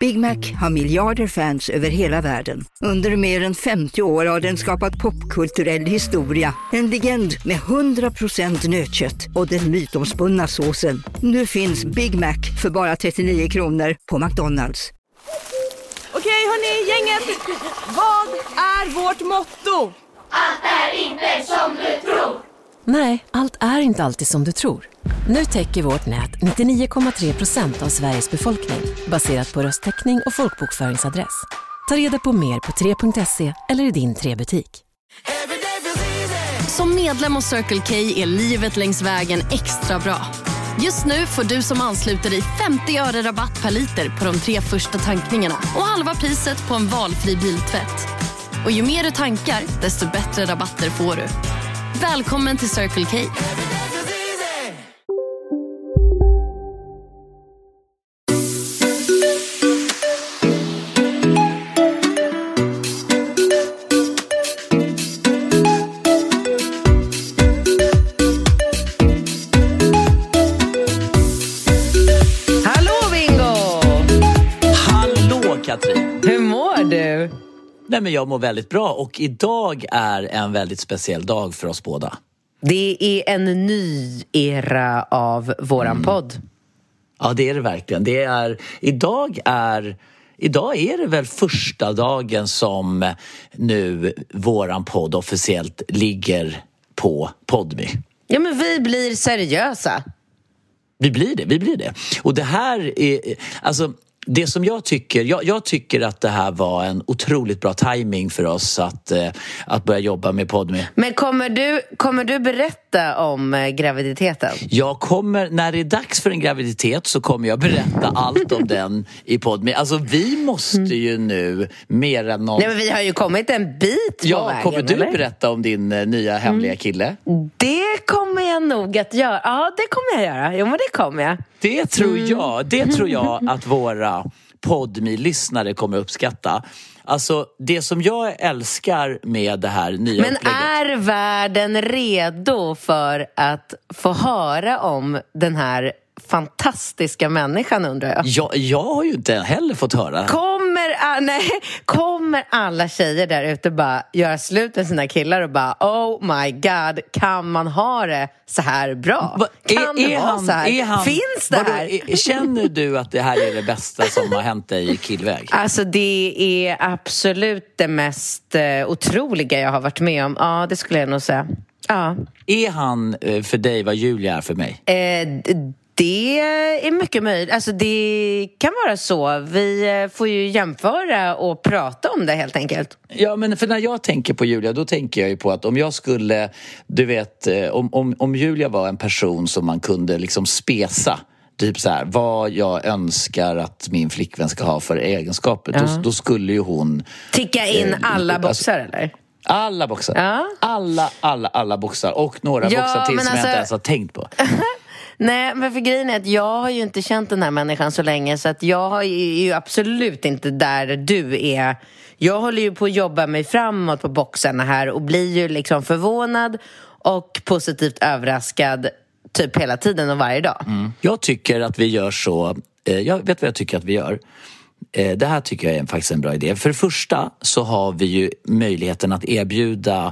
Big Mac har miljarder fans över hela världen. Under mer än 50 år har den skapat popkulturell historia. En legend med 100% nötkött och den mytomspunna såsen. Nu finns Big Mac för bara 39 kronor på McDonald's. Okej hörni, gänget. Vad är vårt motto? Allt är inte som du tror. Nej, allt är inte alltid som du tror. Nu täcker vårt nät 99,3% av Sveriges befolkning baserat på röstteckning och folkbokföringsadress. Ta reda på mer på 3.se eller i din 3-butik. Som medlem hos Circle K är livet längs vägen extra bra. Just nu får du som ansluter dig 50 öre rabatt per liter på de 3 första tankningarna och halva priset på en valfri biltvätt. Och ju mer du tankar, desto bättre rabatter får du. Välkommen till Circle K. Hur mår du? Nej, men jag mår väldigt bra och idag är en väldigt speciell dag för oss båda. Det är en ny era av våran podd. Ja, det är det verkligen. Idag är det väl första dagen som nu våran podd officiellt ligger på Podme. Ja, men vi blir seriösa. Vi blir det. Och det här är, alltså det som jag tycker att det här var en otroligt bra timing för oss att börja jobba med Podme. Men kommer du berätta om graviditeten? Jag kommer, när det är dags för en graviditet så kommer jag berätta allt om den i Podme. Alltså vi måste ju nu mer än någon... Nej, men vi har ju kommit en bit på vägen. Kommer du berätta om din nya hemliga kille? Det kommer jag nog att göra. Ja, det kommer jag göra. Jo, men det kommer jag. Det tror jag att våra Podme-lyssnare kommer uppskatta. Alltså, det som jag älskar med det här nya upplägget... Men är världen redo för att få höra om den här fantastiska människan, undrar jag? Jag har ju inte heller fått höra. Kommer alla tjejer där ute bara göra slut med sina killar och bara, oh my god, kan man ha det så här bra? Kan det vara så här? Finns det här? Känner du att det här är det bästa som har hänt dig i killväg? Alltså det är absolut det mest otroliga jag har varit med om. Ja, det skulle jag nog säga. Ja. Är han för dig vad Julia är för mig? Det är mycket möjligt. Alltså det kan vara så. Vi får ju jämföra och prata om det helt enkelt. Ja, men för när jag tänker på Julia, då tänker jag ju på att om jag skulle, du vet, om Julia var en person som man kunde liksom spesa, typ så här, vad jag önskar att min flickvän ska ha för egenskaper, då skulle ju hon... Ticka in alla boxar, eller? Alla boxar. Ja. Alla boxar. Och några boxar till som jag inte ens har tänkt på. Nej, men för grejen är att jag har ju inte känt den här människan så länge, så att jag är ju absolut inte där du är. Jag håller ju på att jobba mig framåt på boxarna här och blir ju liksom förvånad och positivt överraskad typ hela tiden och varje dag. Jag tycker att vi gör så. Jag vet vad jag tycker att vi gör. Det här tycker jag är faktiskt en bra idé. För det första så har vi ju möjligheten att erbjuda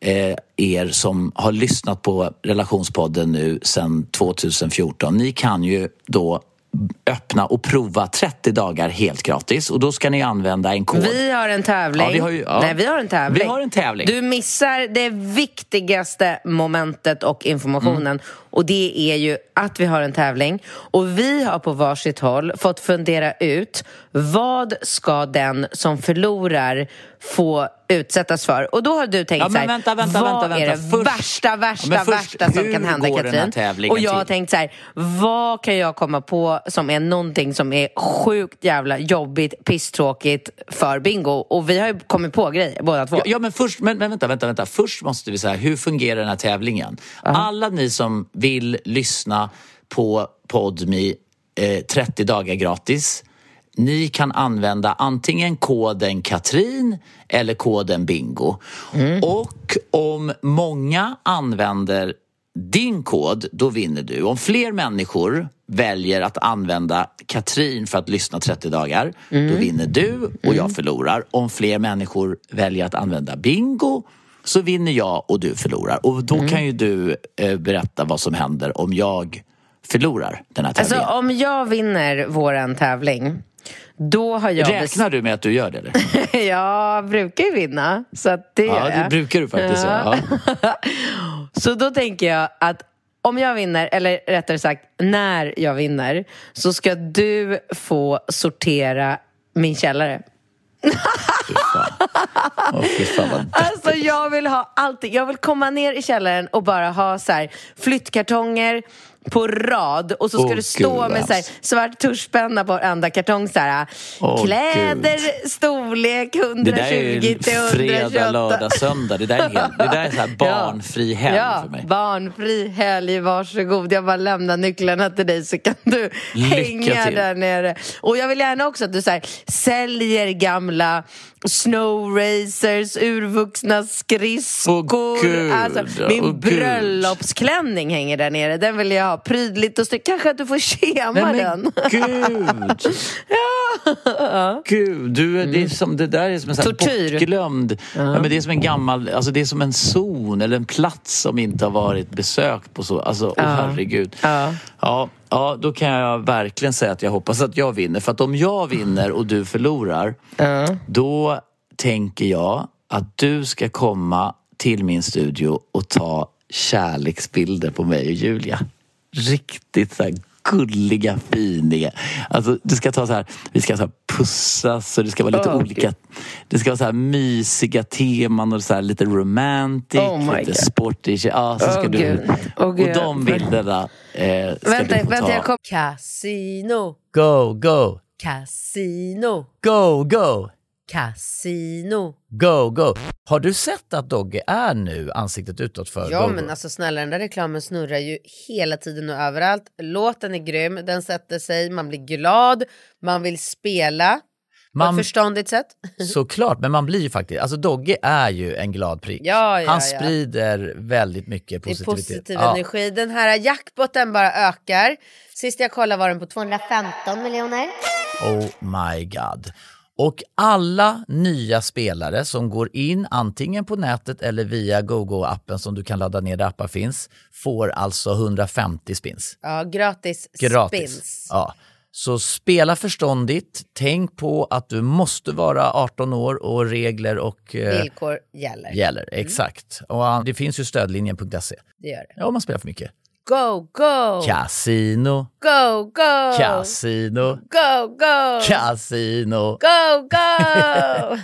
er som har lyssnat på Relationspodden nu sedan 2014. Ni kan ju då öppna och prova 30 dagar helt gratis. Och då ska ni använda en kod. Vi har en tävling. Ja, vi har en tävling. Vi har en tävling. Du missar det viktigaste momentet och informationen. Och det är ju att vi har en tävling. Och vi har på varsitt håll fått fundera ut vad ska den som förlorar få utsättas för. Och då har du tänkt vänta, är det värsta som kan hända, Katrin? Och jag har tänkt så här, vad kan jag komma på som är någonting som är sjukt jävla jobbigt, pisstråkigt för Bingo? Och vi har ju kommit på grejer, båda två. Ja, men vänta. Först måste vi säga, hur fungerar den här tävlingen? Alla ni som vill lyssna på Podme 30 dagar gratis, ni kan använda antingen koden Katrin eller koden Bingo. Och om många använder din kod, då vinner du. Om fler människor väljer att använda Katrin för att lyssna 30 dagar, då vinner du och jag förlorar. Om fler människor väljer att använda Bingo, så vinner jag och du förlorar. Och då kan ju du berätta vad som händer om jag förlorar den här tävlingen. Alltså om jag vinner våran tävling, då har jag... Räknar du med att du gör det? Eller? Jag brukar ju vinna, så att det gör jag. Ja, det brukar du faktiskt göra. Ja. Så då tänker jag att om jag vinner, eller rättare sagt när jag vinner, så ska du få sortera min källare. Fy fan vad alltså jag vill ha allting. Jag vill komma ner i källaren och bara ha så här flyttkartonger på rad, och så ska det stå med så här svart tuschpenna på enda kartong så här kläder, storlek 120 till 128. Fredag, lördag, söndag. Det där är så här barnfri helg för mig. Barnfri helg, varsågod. Jag bara lämnar nycklarna till dig så kan du hänga där nere. Och jag vill gärna också att du så här säljer gamla snow racers, urvuxna skridskor. Alltså, min bröllopsklänning hänger där nere. Den vill jag ha prydligt och kanske att du får kema den. Gud. Gud, det där är som en sån här bortglömd. Ja, men det är som en gammal, alltså det är som en zon eller en plats som inte har varit besökt på så. Alltså, herregud. Ja, då kan jag verkligen säga att jag hoppas att jag vinner. För att om jag vinner och du förlorar, då tänker jag att du ska komma till min studio och ta kärleksbilder på mig och Julia. Riktigt så här gulliga, finiga. Alltså, du ska ta så här, vi ska så här pussas och det ska vara lite olika. Det ska vara så här mysiga teman och så här lite romantic, lite sportig. Ja, så ska du. Och de bilderna vänta, jag kom. Casino. Go. Casino. Go. Casino. Go. Har du sett att Dogge är nu ansiktet utåt för Ja, Go? Men alltså snälla, den där reklamen snurrar ju hela tiden och överallt. Låten är grym, den sätter sig, man blir glad, man vill spela på ett förståndigt sätt. Såklart, men man blir ju faktiskt, alltså Dogge är ju en glad prick. Han sprider väldigt mycket positivitet. Det är positiv energi. Den här jackpotten bara ökar. Sist jag kollade var den på 215 miljoner. Oh my god. Och alla nya spelare som går in antingen på nätet eller via GoGo-appen som du kan ladda ner där appar finns, får alltså 150 spins. Ja, gratis spins. Ja. Så spela förståndigt. Tänk på att du måste vara 18 år och regler och villkor gäller. Exakt. Och det finns ju stödlinjen.se. Det gör det. Ja, om man spelar för mycket. Go. Casino. Go. Casino. Go. Casino. Go.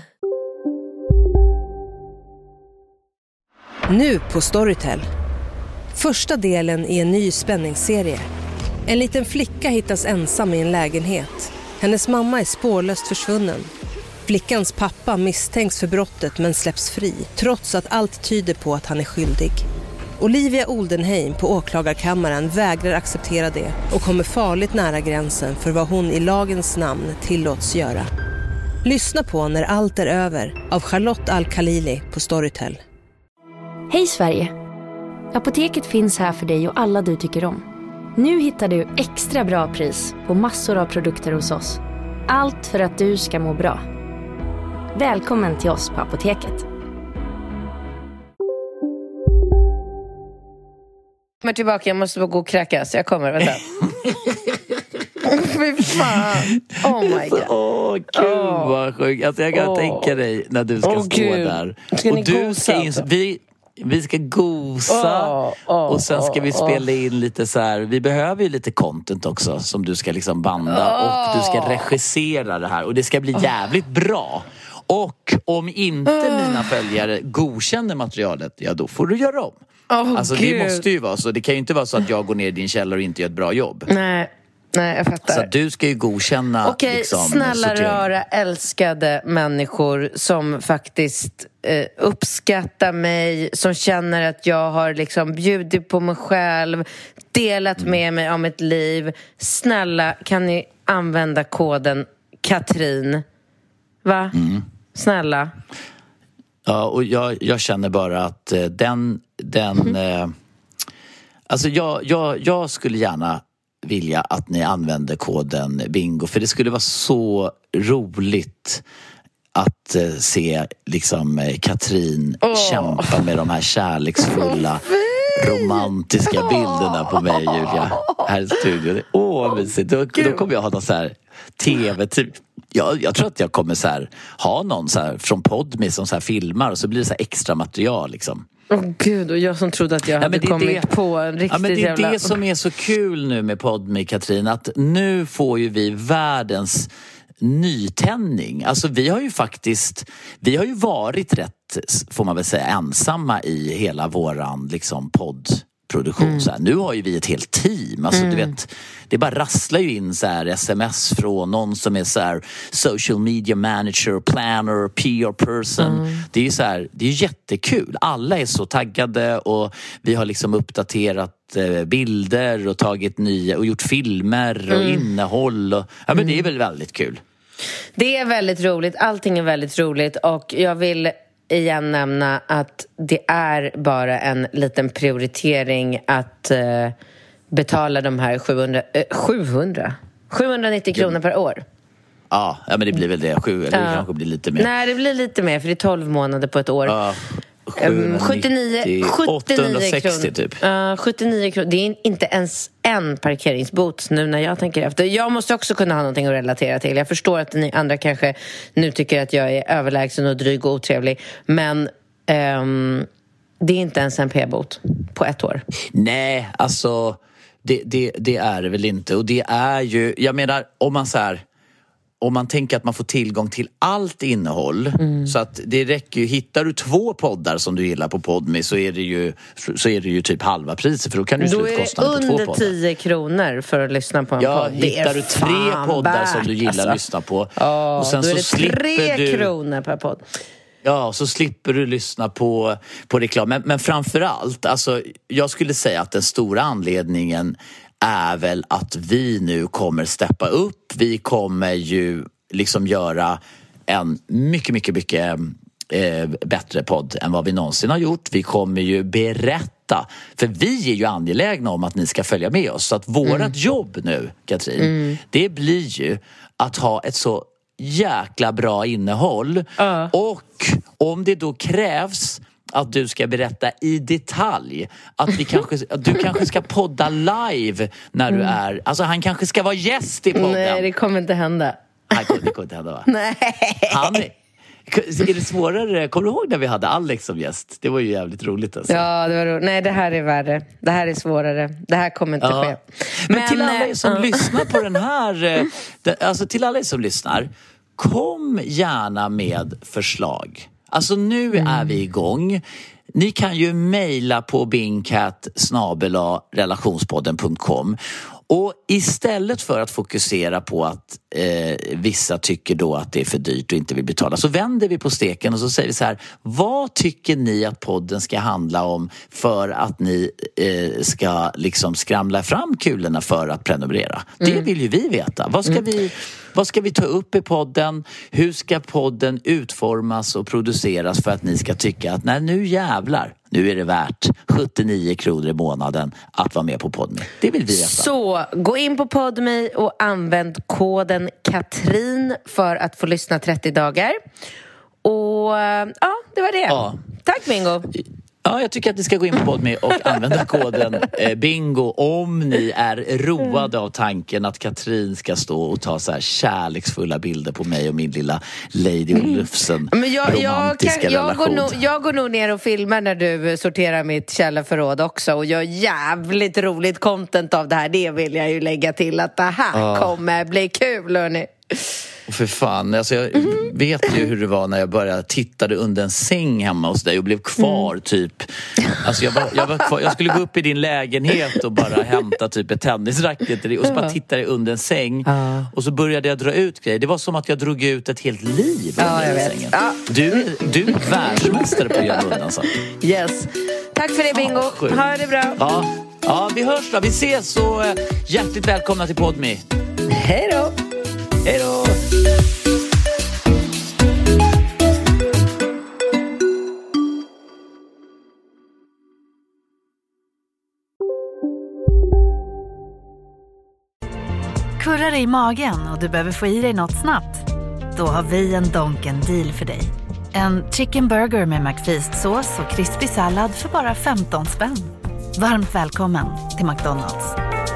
Nu på Storytel. Första delen i en ny spänningsserie. En liten flicka hittas ensam i en lägenhet. Hennes mamma är spårlöst försvunnen. Flickans pappa misstänks för brottet men släpps fri, trots att allt tyder på att han är skyldig. Olivia Oldenheim på åklagarkammaren vägrar acceptera det och kommer farligt nära gränsen för vad hon i lagens namn tillåts göra. Lyssna på När allt är över av Charlotte Al-Khalili på Storytel. Hej Sverige! Apoteket finns här för dig och alla du tycker om. Nu hittar du extra bra pris på massor av produkter hos oss. Allt för att du ska må bra. Välkommen till oss på Apoteket. Jag kommer tillbaka, jag måste bara gå och kräkas. Jag kommer, vänta. Fy fan. Oh my god. Gud vad sjukt. Alltså jag kan tänka dig när du ska stå där. Ska och du ska vi ska gosa och sen ska vi spela in lite så här. Vi behöver ju lite content också som du ska liksom banda och du ska regissera det här och det ska bli jävligt bra. Och om inte mina följare godkänner materialet, ja då får du göra om. Alltså det måste ju vara så. Det kan ju inte vara så att jag går ner i din källare och inte gör ett bra jobb. Nej, jag fattar. Så du ska ju godkänna. Okej, liksom, snälla rara älskade människor som faktiskt uppskattar mig, som känner att jag har liksom bjudit på mig själv, delat med mig om mitt liv. Snälla, kan ni använda koden Katrin? Va? Snälla. Ja, och jag känner bara att alltså jag skulle gärna vilja att ni använder koden BINGO, för det skulle vara så roligt att se liksom Katrin kämpa med de här kärleksfulla romantiska bilderna på mig, Julia, här i studion. Mysigt. Då kommer jag ha någon så här tv typ. Jag tror att jag kommer så här ha någon så här från Podme som så här filmar, och så blir det så här extra material liksom. Gud, och jag som trodde att jag hade kommit på en riktigt men det är jävla... det som är så kul nu med Podme, Katrin, att nu får ju vi världens nytändning. Alltså vi har ju varit rätt, får man väl säga, ensamma i hela våran liksom poddproduktion. Så här. Nu har ju vi ett helt team. Alltså du vet, det bara rasslar ju in så här sms från någon som är så här social media manager, planner, PR person. Det är ju så här, det är jättekul. Alla är så taggade, och vi har liksom uppdaterat bilder och tagit nya och gjort filmer och innehåll och, men det är väl väldigt kul. Det är väldigt roligt, allting är väldigt roligt, och jag vill igen nämna att det är bara en liten prioritering att betala de här 790 kronor per år. Ja, men det blir väl det. Det kanske blir lite mer. Nej, det blir lite mer, för det är 12 månader på ett år. Ja. 79 860 kronor. typ. 79 kronor. Det är inte ens en parkeringsbot nu när jag tänker efter. Jag måste också kunna ha någonting att relatera till. Jag förstår att ni andra kanske nu tycker att jag är överlägsen och dryg och otrevlig, men det är inte ens en p-bot på ett år. Nej, alltså det är det väl inte. Och det är ju, jag menar, om man tänker att man får tillgång till allt innehåll, så att det räcker ju, hittar du 2 poddar som du gillar på Podme, så är det ju typ halva priset, för då kan du slutkostnaden på 2 poddar. Då är det under 10 kronor för att lyssna på en podd. Ja, hittar du 3 poddar som du gillar att lyssna på, och sen då är så det 3 kronor per podd. Ja, så slipper du lyssna på reklam. Men framförallt, alltså, jag skulle säga att den stora anledningen är väl att vi nu kommer steppa upp. Vi kommer ju liksom göra en mycket, mycket, mycket bättre podd än vad vi någonsin har gjort. Vi kommer ju berätta, för vi är ju angelägna om att ni ska följa med oss. Så att vårat jobb nu, Katrin, det blir ju att ha ett så jäkla bra innehåll. Och om det då krävs att du ska berätta i detalj att du kanske ska podda live när du är, alltså han kanske ska vara gäst i podden. Nej, det kommer inte hända. Nej, det kommer inte hända, va? Nej. Är det svårare? Kommer du ihåg när vi hade Alex som gäst? Det var ju jävligt roligt alltså. Ja, det var roligt. Nej, det här är värre. Det här är svårare. Det här kommer inte ske. Men till alla som lyssnar på den här, alltså till alla som lyssnar, kom gärna med förslag. Alltså nu är vi igång. Ni kan ju mejla på bingcat@relationspodden.com. Och istället för att fokusera på att vissa tycker då att det är för dyrt och inte vill betala, så vänder vi på steken och så säger vi så här: vad tycker ni att podden ska handla om för att ni ska liksom skramla fram kulorna för att prenumerera? Det vill ju vi veta. Vad ska vi ta upp i podden? Hur ska podden utformas och produceras för att ni ska tycka att nej, nu jävlar, nu är det värt 79 kronor i månaden att vara med på Podme? Det vill vi veta. Så gå in på Podme och använd koden Katrin för att få lyssna 30 dagar. Och ja, det var det. Ja. Tack, Bingo. Ja, jag tycker att ni ska gå in på Podme och använda koden BINGO om ni är roade av tanken att Katrin ska stå och ta så här kärleksfulla bilder på mig och min lilla Lady Olufsen romantiska relation. Jag går nog ner och filmar när du sorterar mitt källarförråd också och gör jävligt roligt content av det här. Det vill jag ju lägga till, att det här kommer bli kul, hörni. För fan, alltså jag vet ju hur det var när jag började tittade under en säng hemma hos dig och blev kvar typ. Alltså jag var kvar, jag skulle gå upp i din lägenhet och bara hämta typ ett tennisracket och så bara tittade jag under en säng och så började jag dra ut grejer. Det var som att jag drog ut ett helt liv under den sängen. Du är världsmästare på att göra undan så. Yes. Tack för det, Bingo. Ha det bra. Ja, vi hörs då. Vi ses, så hjärtligt välkomna till Podme. Hej då. Hej då! pirrar i magen och du behöver få i dig något snabbt? Då har vi en Donken deal för dig. En chicken burger med McFeast-sås och krispig sallad för bara 15 spänn. Varmt välkommen till McDonald's.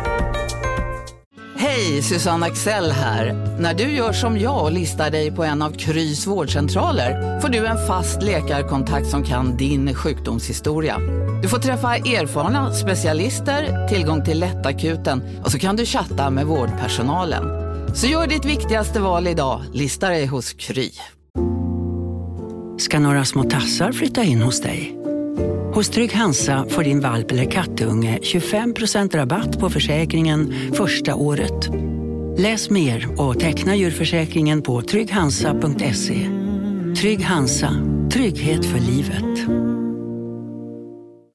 Hej, Susanne Axel här. När du gör som jag och listar dig på en av Krys vårdcentraler får du en fast läkarkontakt som kan din sjukdomshistoria. Du får träffa erfarna specialister, tillgång till lättakuten och så kan du chatta med vårdpersonalen. Så gör ditt viktigaste val idag, lista dig hos Kry. Ska några små tassar flytta in hos dig? Hos Trygg Hansa får din valp eller kattunge 25% rabatt på försäkringen första året. Läs mer och teckna djurförsäkringen på trygghansa.se. Trygg Hansa, trygghet för livet.